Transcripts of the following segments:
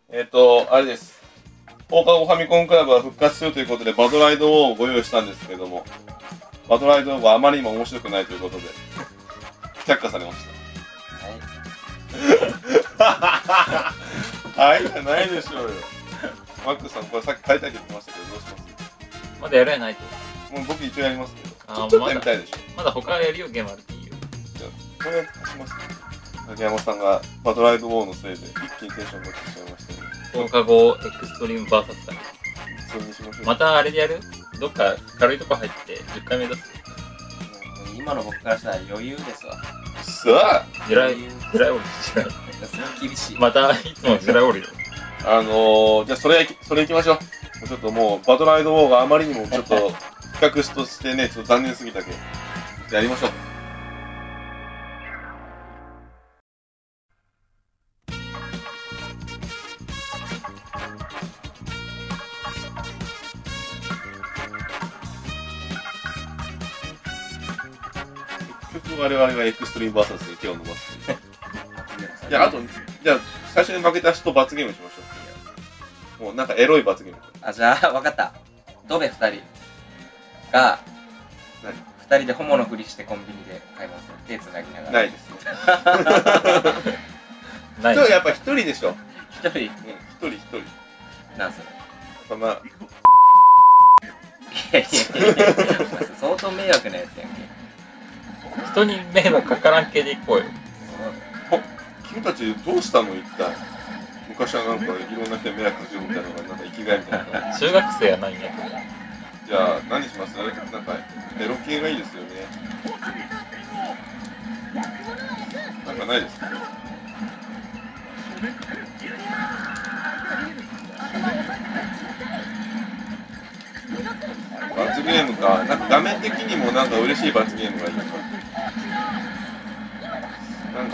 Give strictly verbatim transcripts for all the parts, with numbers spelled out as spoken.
えっと、あれです。放課後ファミコンクラブは復活するということで、バトライドをご用意したんですけれども、バトライドがあまりにも面白くないということで、却下されました。はい。はいじゃないでしょうよ。マックスさん、これさっき変えたいって言ってましたけど、どうします？ まだやらないと。 もう僕一応やりますけど。 あちょっとやりたいでしょ。 まだ他やるよ、ゲームあるっていいよ。 じゃあ、これしますね。竹山さんがバトライドウォーのせいで一気にテンションが落ちてしまいましたね。 放課後エクストリームバーサスだね。 それにしましょう。 またあれでやる？どっか軽いとこ入ってじゅっかいめ指す。 今の僕からしたら余裕ですわ。 さあ地雷、地雷降り地雷。 すごい厳しい。 またいつも地雷降りよ。 あのー、じゃあそれ、それ行きましょう。ちょっともう、バトライドウォーがあまりにもちょっと、企画としてね、ちょっと残念すぎたけど、やりましょう。結局我々がエクストリームバーサスで手を伸ばす。いや、あと、じゃあ、最初に負けた人罰ゲームしましょう。もうなんかエロい罰ゲーム。 あ、じゃあ、わかった。ドベ二人が、 何二人でホモのふりしてコンビニで買いますね。手繋ぎながら。 ないですね。 ない。 今日やっぱ一人でしょ。 一人、 うん、一人一人。 なんそれ。 そんな、 いやいやいや、相当迷惑なやつやんけ。 人に迷惑かからん系でいこうよ。 君たちどうしたの一体。昔はなんかいろんな人に迷惑かけるみたいなのがなんか生きがいみたいな。 中学生やないんやけど。 じゃあ何します？なんかエロ系がいいですよね。なんかないですか？罰ゲームか。なんか画面的にもなんか嬉しい罰ゲームがいいな。なんか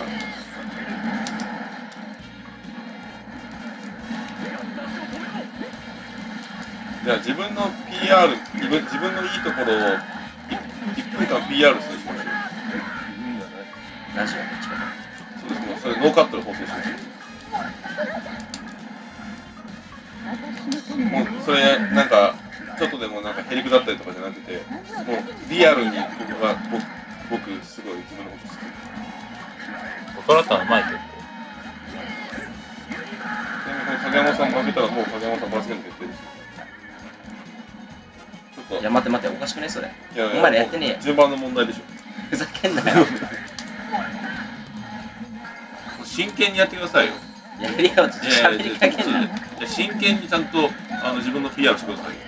じゃあ自分の ピーアール、自分自分のいいところをいっぷんかん ピーアール するしましょう。 ラジオの力。 そうですね、それノーカットで放送しましょう。もうそれなんかちょっとでもなんかへりくだったりとかじゃなくて、もうリアルに僕が僕僕すごい自分のこと好き。 大人だったらうまいけど。 ちなみに影山さん負けたらもう影山さん罰ゲーム決定ですよ。ちょっといや、待って待って、おかしくねそれ。 いやいやお前らやってねえよ。 順番の問題でしょ。 ふざけんなよ。 真剣にやってくださいよ。 やめろよ、ちょっと喋りかけんな。 いや真剣にちゃんとあの自分の ピーアール してくださいよ。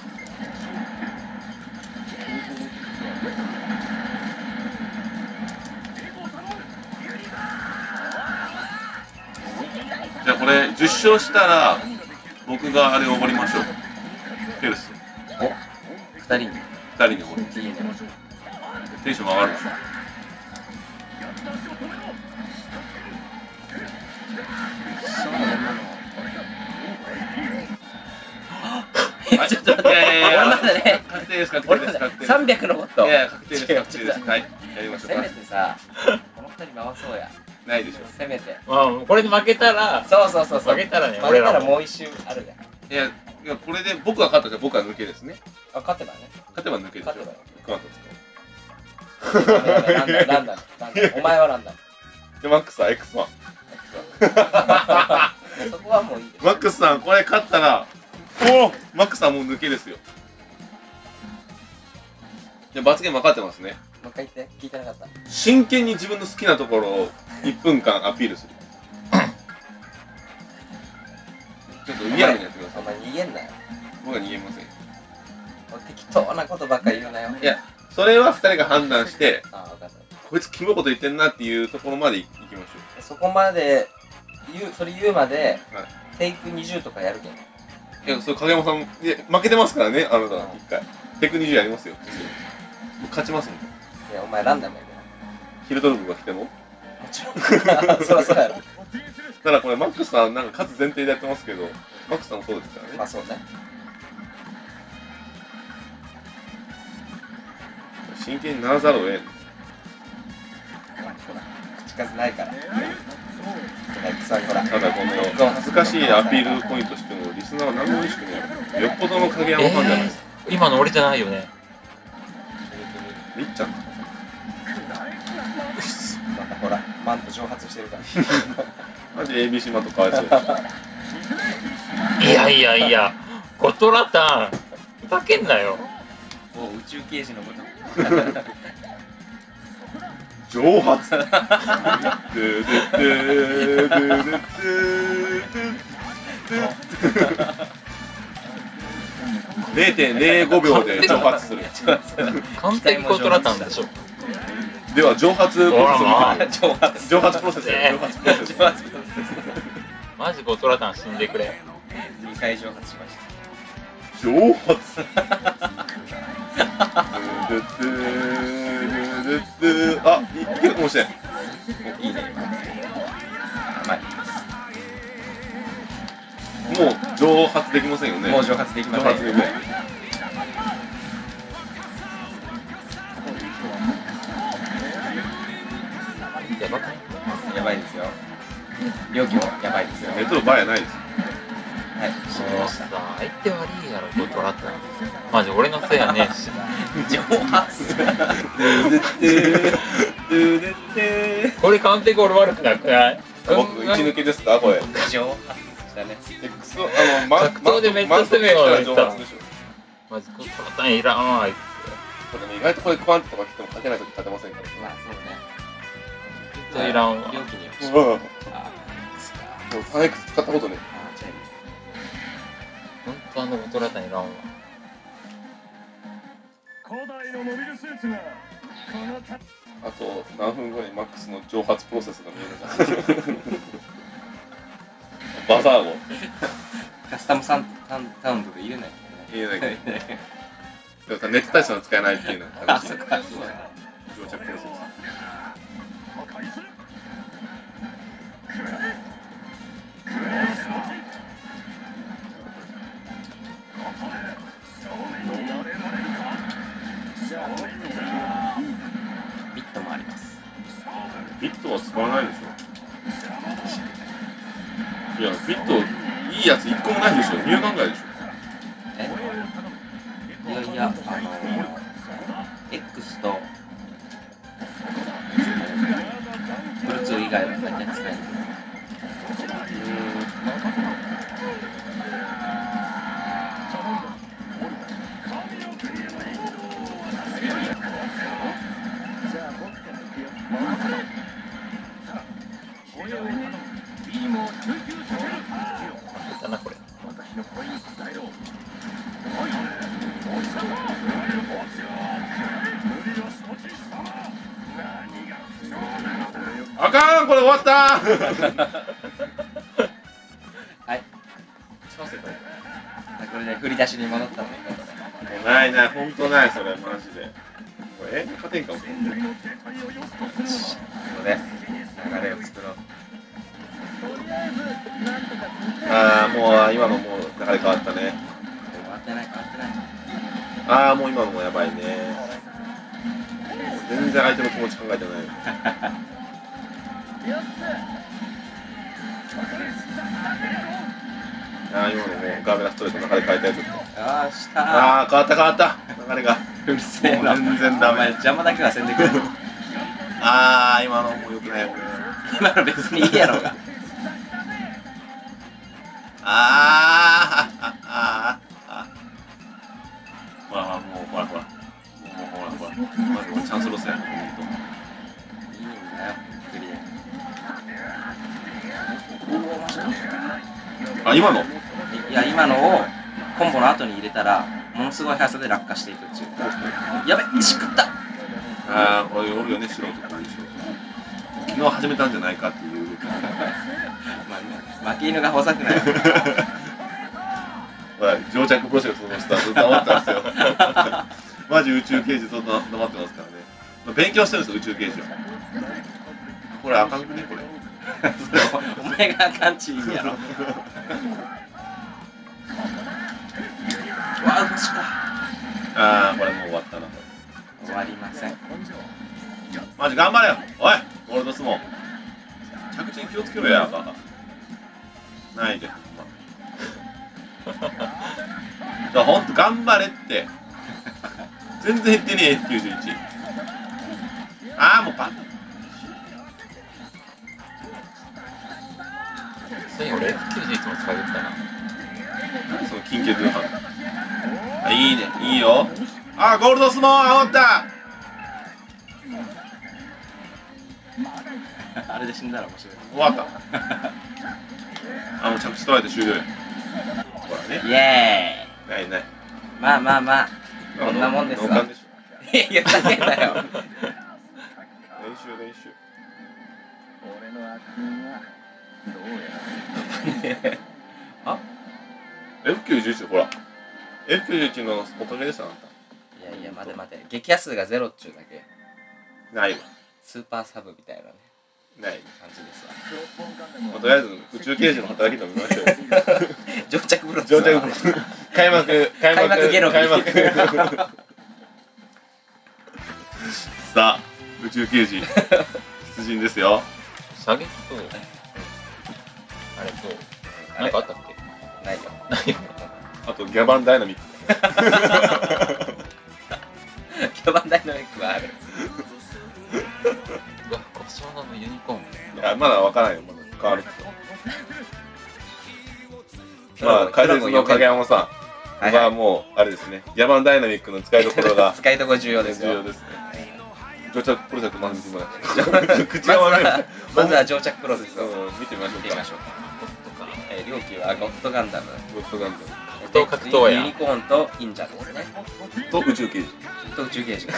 じゃあこれじゅっ勝したら僕があれおごりましょう。ペルス。 お、二人に。 二人におごる。 いいね。 テンション上がるでしょ。 そうなの。 はい、 ちょっと待って、俺まだね、 確定です、確定です、確定です。 さんびゃくのこと。 いや、確定です、確定です。はい、やりましょう。 せめてさ、この二人回そうや。 ないでしょ。 せめて。 まあ、これで負けたら、 そうそうそうそう。 負けたらね、 負けたら俺らも。 もう一周あるじゃん。 いや、いや、これで僕が勝ったじゃ僕は抜けですね。 あ、勝てばね。 勝てば抜けでしょ。 勝てば勝ったんですか。 ランダム、ランダム、ランダム。お前はランダム。 で、マックスさん、エックスワン。 そこはもういいです。 マックスさん、これ勝ったら、おおマックスさんもう抜けですよ。じゃ罰ゲーム分かってますね。 もう一回言って、聞いてなかった。 真剣に自分の好きなところをいっぷんかんアピールする。ちょっとリアルにやってください。 お前逃げんなよ。 僕は逃げません。 適当なことばっかり言うなよ。 いや、それはふたりが判断して、 あ、分かった。 こいつキモいこと言ってんなっていうところまでいきましょう。 そこまで言う、それ言うまで、 はいテイクにじゅうとかやるけん。 いや、それ影山さん、いや負けてますからね、あなた、一回。テクにじゅうやりますよ、僕勝ちますもん。 いや、お前ランダムやでな。 ヒルトルクが来ても。 もちろん。そりゃそうやろ。 ただこれ、マックスさん、なんか勝つ前提でやってますけど、マックスさんもそうですからね。 まあそうね。 真剣にならざるを得ん。 ほら、口数ないから。 草木ほら。 ただこの恥ずかしいアピールポイントしてもリスナーは何も嬉しくないよ。よっぽどの影山ファンじゃないですか。 えー、今の俺じゃないよね。 みっちゃんまたほら、マント蒸発してるから。 マジ エービーシー マントかわいそうです。 いやいやいや、ゴトラタン、ふざけんなよ。 お宇宙刑事のこと。 蒸発ドゥドゥドゥドゥドゥドゥドゥ れいてんれいごびょうで蒸発する。 完璧ゴトラタンでしょ。 では蒸発プロセスを見てみよう。 蒸発。 蒸発プロセスだよ蒸発プロセス。 蒸発プロセマジゴトラタン死んでくれ。 ス。にかい蒸発しました。 蒸発ドゥドゥドゥドゥドゥあ、いけるかもしれん。 おいいね。甘い。 もう蒸発できませんよね。 もう蒸発できません。 蒸発できない。 やばくない？ やばいですよ。料金もやばいですよ。 ネットの場合はないです。 はい、知りもうました。 さ、相手悪いやろ、ゴトラタン。マジ俺のせいやねえし。 蒸発。ドゥドゥドゥドゥドゥこれ完璧俺悪くなくない？ 僕、一抜けですかこれ。 蒸発したね。 X あの、ま、 格闘でめっちゃ攻めようマント蒸発でしょ。 マジゴトラタンいらんわ、あいつ。 でも意外とこれクワンとか来ても勝てないとき勝てませんから。 まあそうね。 絶対いらんわ。 料金によるし。 うん。もうあ、 スリーエックス 使ったことね。 あ、じゃほんとあのゴトラタンいらんわ。 古代のモビルスーツがこのたあと何分後にマックスの蒸発プロセスが見えるかバザーゴカスタムサンタンタウンドで入れない言えないけどでもさネット対戦は使えないっていうのがあ、 楽しいそっか。 蒸着プロセス破壊するビットもあります。 ビットは使わないでしょいやビットいいやつ一個もないでしょ入管外でしょえ、いやいや、あの X とブルーツー以外は大体使えない。 だな、これ。 あかんこれ終わったはい。これで振り出しに戻ったので、 ないない本当ないそれマジでこれえ勝てんかもここで流れを作ろう。 ああもう今のもう流れ変わったね終わってない、変わってない。 ああもう今のもやばいね全然相手の気持ち考えてないああ今のもうガーベラストレート流れ変えたやつよーしー。 ああ変わった変わった流れがうるせえな。 もう全然ダメお前邪魔だけはせんでくれ。 ああ今のもうよくないよね今の別にいいやろうが。 あーあああほらほらもうほらほらもうほらほらまずチャンスロスやねいいんだよ、クリあ今のア。いや、今のをコンボの後に入れたら、ものすごい速さで落下していくっていう。やべ、しくった。 ああこれおるよね素人ってあるでしょ昨日始めたんじゃないかっていう動きまあ、負け犬が細くない。 ほら乗着プロセスのスタート黙ったんですよマジ宇宙刑事ずっと黙ってますからね勉強してるんですよ宇宙刑事はこれあかんくねこれお前があかんちいいやろ。わあ、うちか。 ああこれもう終わったな終わりません。 マジ頑張れよおいゴールド相撲着地に気をつけけろや、バカ。ないで。じゃあほんと頑張れって。全然減ってねえ エフきゅうじゅういち。ああもうパッ。 そういう俺 エフきゅうじゅういち も使いよったな。 その緊急通販。あ、いいね、いいよ。あ、ゴールドスモーン煽った。 あれで死んだら面白い。 終わった。あ、もう着地取られて終了や。ほらね。 イエないない。 ーイ。まあまあまあ、こんなもんですわ。 脳幹でしょ。 いや、ふざけんなよ。 練習練習。 俺の悪運はどうやあエフきゅうじゅういち ほら。エフきゅうじゅういち のおかげですあなた。 いやいや、待て待て。撃破数がゼロっちゅうだけ。 ないわ。 スーパーサブみたいなね、 ない。 感じですわ。 まあ、とりあえず宇宙刑事の働きと見ましょうよ。 乗着ブロス上着開幕開幕開幕ゲロ開幕さあ宇宙刑事出陣ですよ。 射撃とあれとなんかあったっけ？ ないよ。 ないよ。 あとギャバンダイナミック。 キャバンダイナミックはある。 うわ、コショウのユニコーン。 いやまだわからないよ。まだ変わるけど。まあ解説の影山さんはもうあれですね。ギャバンダイナミックの使いどころが使いどころ重要ですよ。 重要ですね。乗着プロジェクトまず見てもらって。口まずが悪い。 はまずは乗着プロセスをうん見てみましょうか。 見てみましょうか。えー、両機はゴッドガンダム、 ゴッドガンダ格闘格闘やユニコーンと忍者ですね。 ムと宇宙刑事。 と宇宙刑事。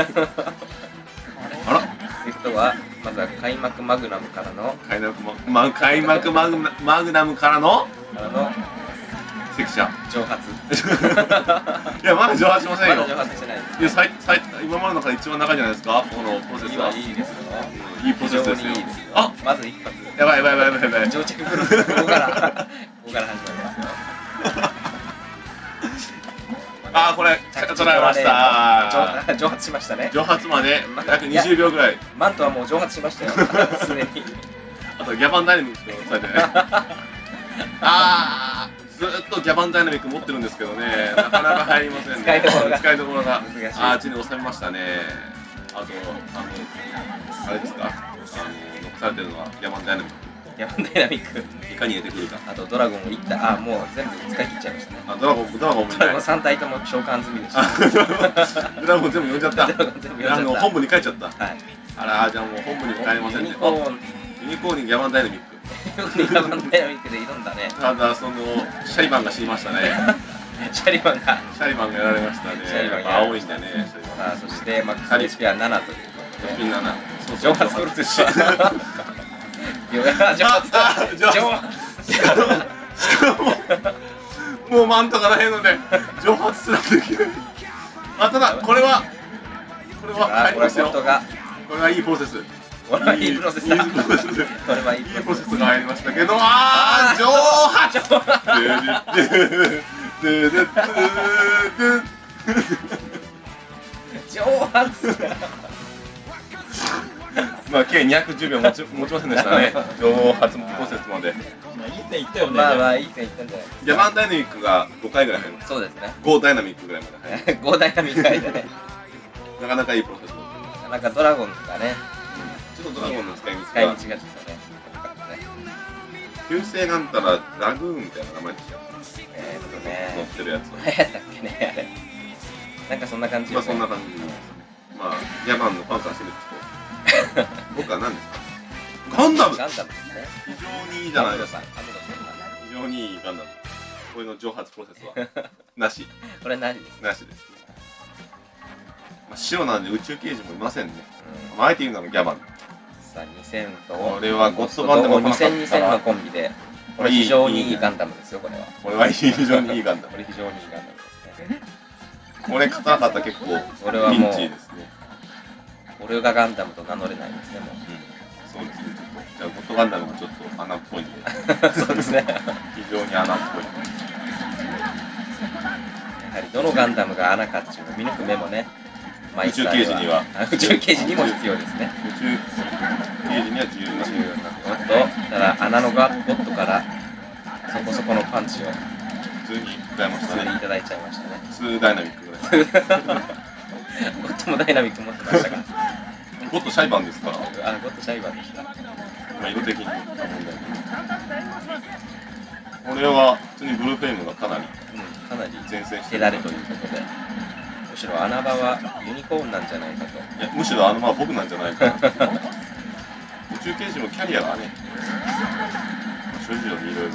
あらということは、まずは開幕マグナムからの開幕マま開幕マグナマグナムからのからの関車。 蒸発。 いやまだ蒸発しませんよ。 まだ蒸発してないです。 いや最最今までの中で一番長いじゃないですか。このプロセスは。 いいですよ。 いいプロセスですよ。 非常にいいですよ。 あまず一発。 やばいやばいやばいやばいやばい。 乗着プロセス、ここから、ここから始まりますよ。 あーこれ取られました。 蒸蒸発しましたね。 蒸発まで約にじゅうびょうぐらい。 マントはもう蒸発しましたよ。すでに。 あとギャバンダイナミックを押さえてね。あーずーっとギャバンダイナミック持ってるんですけどね、なかなか入りませんね。 使いどころが使いどころが難しい。 あーちに収めましたね。あとあのあれですか。あの残されてるのはギャバンダイナミック。 ギャバンダイナミック。 いかに入れてくるか。 あとドラゴンもいった。あ、もう全部使い切っちゃいましたね。 あドラゴンドラゴンもいないドラゴン。さん体とも召喚済みでした。 あドラゴン全部呼んじゃった。 ドラゴン全部呼んじゃったあの本部に帰っちゃった。 はい。 あらじゃあもう本部にも帰れませんね。 ユニコーン、 あユニコーンにギャバンダイナミック。 ギャバンダイナミックで挑んだね。 ただそのシャリバンが死にましたね。 シャリバンが。 シャリバンがやられましたね。 シャリバンやっぱ青いんだね。シャリバンさあ、そしてマックスレシピはななということで。 みんなな。 蒸発プロセス。いや蒸発ああ蒸発蒸発。 しかももうマントがないので蒸発すらできない。あただこれはこれはあこれ入りますよ。 本当が。 これはいいプロセス。 これはいいプロセスだ。 いいプロセス。 これはいいいいプロセスが入りましたけど、ああ蒸発。 蒸発。 ドゥドゥドゥドゥドゥドゥ蒸発。 まあ計にひゃくじゅうびょう持ち持ちませんでしたね。蒸発プロセスまで。 いい線いったよね。 まあまあいい線いったんじゃないギャバンダイナミックがごかいぐらい入ります。 そうですね。 ごダイナミックぐらいまで入る。 ゴーダイナミックでね。 なかなかいいプロセス。 なんかドラゴンとかね、 ちょっとドラゴンの使い道使い道ががちょっとね、良かったね。 旧姓なんたらラグーンみたいな名前でしたよ。 えーっと乗ねっ、てるやつは。 何やったっけね、あれ。なんかそんな感じよね。 まあそんな感じです。まあギャバンのファンからしてみると僕は何ですか。ガンダム。 ガンダムですね。 非常にいいじゃないですか。 か。アムロさん非常にいいガンダム。これの蒸発プロセスはなしこれ何ですか。 なしです。まあ白なんで宇宙刑事もいませんね。 うんまああえて言うならギャバン。 さあにせんとこれはゴッドバンでも来なかったらにせんにせんのコンビで、これ非常にいいガンダムですよ、これは。 これは非常にいいガンダム。 これ非常にいいガンダムですね。 これ勝たなかったら結構これはピもうンチですね。 俺がガンダムと名乗れないですね、もう。 そうですね。ちょっとじゃあゴッドガンダムがちょっと穴っぽいんでそうですね。 非常に穴っぽい。 やはりどのガンダムが穴かっていうのを見抜く目もね、マイスター宇宙刑事にはあ宇宙刑事にも必要ですね。 宇宙刑事には重要な重要なおっと、ただ穴のガゴットからそこそこのパンチを普通に使いましたね。 普通にいただいちゃいましたね。 普通ダイナミックぐらい。 ゴットもダイナミック持ってましたが、 ゴッドシャイバンですから、まあ、ゴットシャイバーでした。 あ、色的に問題ない。これは普通にブルーフレームがかなりうん、かなり前線して手だれということで、むしろ穴場はユニコーンなんじゃないかと。 いやむしろあのまあ僕なんじゃないかな。宇宙刑事もキャリアがね、諸事情でいろいろ。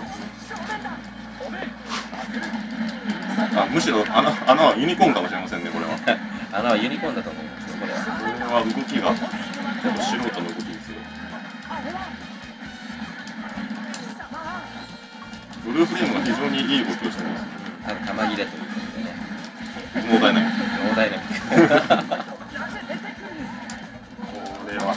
あ、むしろ穴穴はユニコーンかもしれませんね、これは。 穴はユニコーンだと思いますよ、これは。 これは動きがちょっと素人の動きですよ。ブルーフレームが非常にいい動きをしてます。 あの玉切れということでね、 ノーダイナミック。 ノーダイナミック。 これは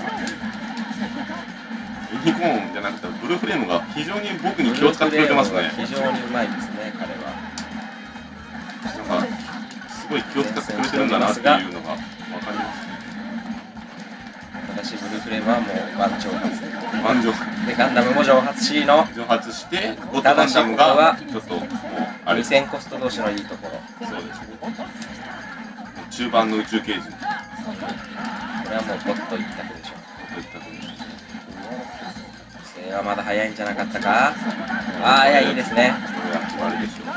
ユニコーンじゃなくてブルーフレームが非常に僕に気を使ってくれてますね。 非常にうまいですね、彼は。 なんかすごい気を使ってくれてるんだなっていうのがわかります。 私、ブルーフレームはもうワン挑発。 満場で、ガンダムも挑発 C の蒸発してゴッドガンダムがちょっともうあれにせんコスト同士のいいところ。 そうですね。中盤の宇宙刑事といっこれはもうゴッと一択でしょう。 たところです。 規制はまだ早いんじゃなかったか。ああ、いや、いいですね。 これは決まりでしょう。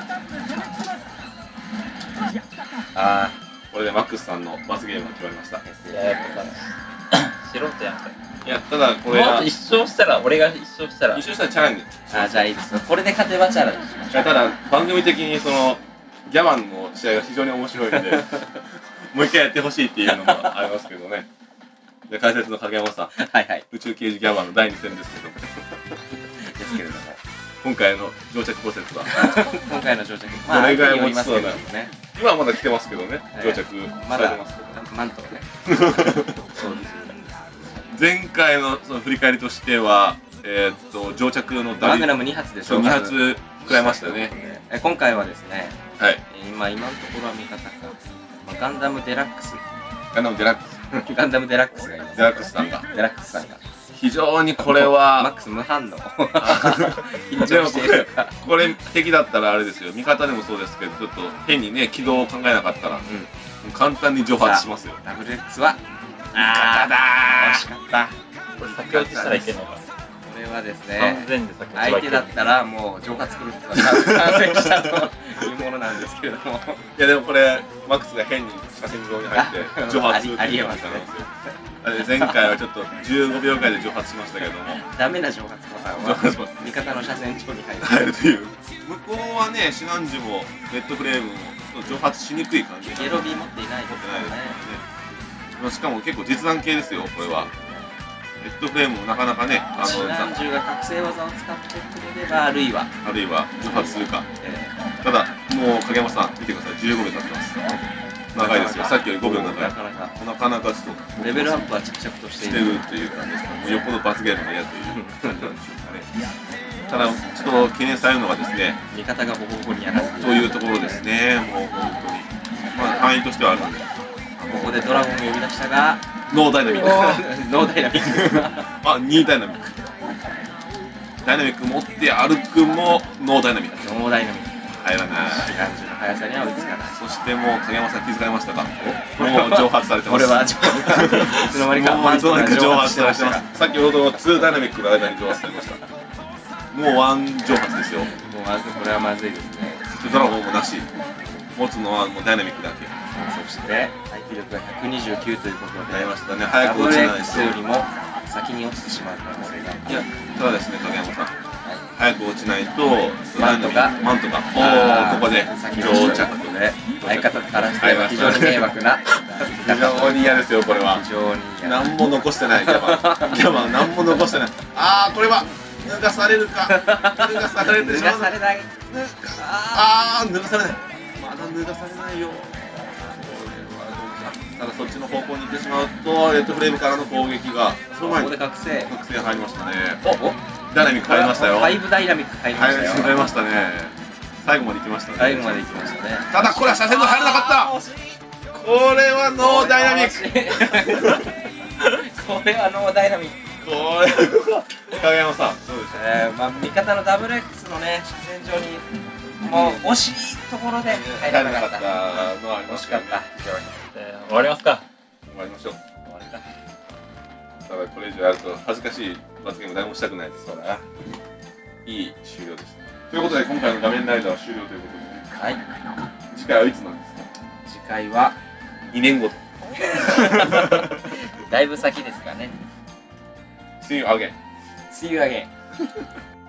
あこれでマックスさんの罰ゲームが決まりました。 あ、 いや、やっぱ素人やんか。 いや、ただこれはもうあと一勝したら、俺が一勝したら、 一緒したらチャレンジ。 あー、じゃあいいですよ。これで勝てばチャレンジしましょう。 いやただ番組的にそのギャバンの試合が非常に面白いんでもう一回やってほしいっていうのもありますけどね。で解説の影山さん、 はいはい。 宇宙刑事ギャバンのだいに戦ですけどもですけれども、 今回の乗着プロセスは今回の乗着、 どれぐらいまあ、 持ちそうな相手によりますけどもね。 今はまだ来てますけどね、 ええ乗着まだされてますけど、 マントをね。そうです。 前回のその振り返りとしては、えー、っと乗着のマグナムに発でしょ。 に発食らいましたね。 え今回はですね、 はい、 えー今今のところは味方か、まあ、ガンダムデラックスガンダムデラックスガンダムデラックスがいます。 デラックスさんがデラックスさんが非常にこれマッはクス無反応。緊でもこれ張しているか。 これ敵だったらあれですよ、味方でもそうですけど、ちょっと変にね軌道を考えなかったらうん。 簡単に蒸発しますよ。 ダブル X はあーだ惜しかった。 これ先落ちしたらいけんのか。 これはです完ね、 全で先落ち相手だったらもう蒸発狂ってた完成したというものなんですけれども、 いやでもこれマックスが変に写真上に入ってあ蒸発するありえますねあれ前回はちょっとじゅうごびょうかんで蒸発しましたけどもダメな蒸発ボタンは蒸発します味方の車線上に入る。 入るという向こうはねシナンジもレッドフレームも蒸発しにくい感じゲロビー持っていないです持ってからね。 ないですね。しかも結構実弾系ですよこれは。レッドフレームもなかなかねあシのナンジュが覚醒技を使ってくれれば、あるいは、 あるいは蒸発するか。 えただもう影山さん見てくださいじゅうごびょう経ってます。長いですよさっきよりごびょう長い。 なかなかなかなかちょっとレベルアップは着々とししてている。 るという感じですけどもうよっぽど罰ゲームが嫌という感じなんでしょうかね。ただちょっと懸念されるのがですね味方がボコボコにやられているというところですねもう本当にまあ範囲としてはあるのでここでドラゴンを呼び出したが、 ノーダイナミックノーダイナミック。 あにダイナミックダイナミック持って歩くもノーダイナミックノーダイナミック。 入らない。 シナンジュの速さには追いつかない。 そしてもう影山さん気づかれましたかもう蒸発されてます俺は蒸発。いつの間にかもういつの間にか蒸発してましたが。 先ほどツーダイナミックの間に蒸発されましたもうワン蒸発ですよもうまずこれはまずいですね。 ドラゴンもなし持つのはもうダイナミックだけそして耐久力がひゃくにじゅうきゅうということで、 なりましたね早ダブルく落ちない X とよりも先に落ちてしまう可能性が。 いやただですね影山さん早く落ちないとマントがマントがおあーおここで先上に落ちた着ことで相方からしては非常に迷惑な。 非常に嫌ですよこれは非常に嫌。 何も残してないギャバンギャバン何も残してないああこれは脱がされるか脱がされて脱しまうがされない。 ああ脱がされないまだ脱がされないよただそっちの方向に行ってしまうとレッドフレームからの攻撃がその前ここにで覚醒。 覚醒入りましたねおおダイナミック入りましたよファイブダイナミック入りましたよ。 入りましたね最後まで行きましたね最後まで行きましたね。 ただこれは車線の入らなかったこれはノーダイナミックク。これはノーダイナミック。 これは影山さん、どうでしたか？ えー、まあ味方のダブル X のね、前場にもう惜しいところで入らなかった。 のはあり惜ますけどね。 しかった。非常に。 えー終わりますか。 終わりましょう。 終わりか。 ただこれ以上やると恥ずかしい罰ゲーム何もしたくないですから。いい終了でした。ということで今回の画面ライダーは終了ということで、 はい。 次回はいつなんですか？ 次回はにねんごと。 だいぶ先ですかね。 See you again. See you again.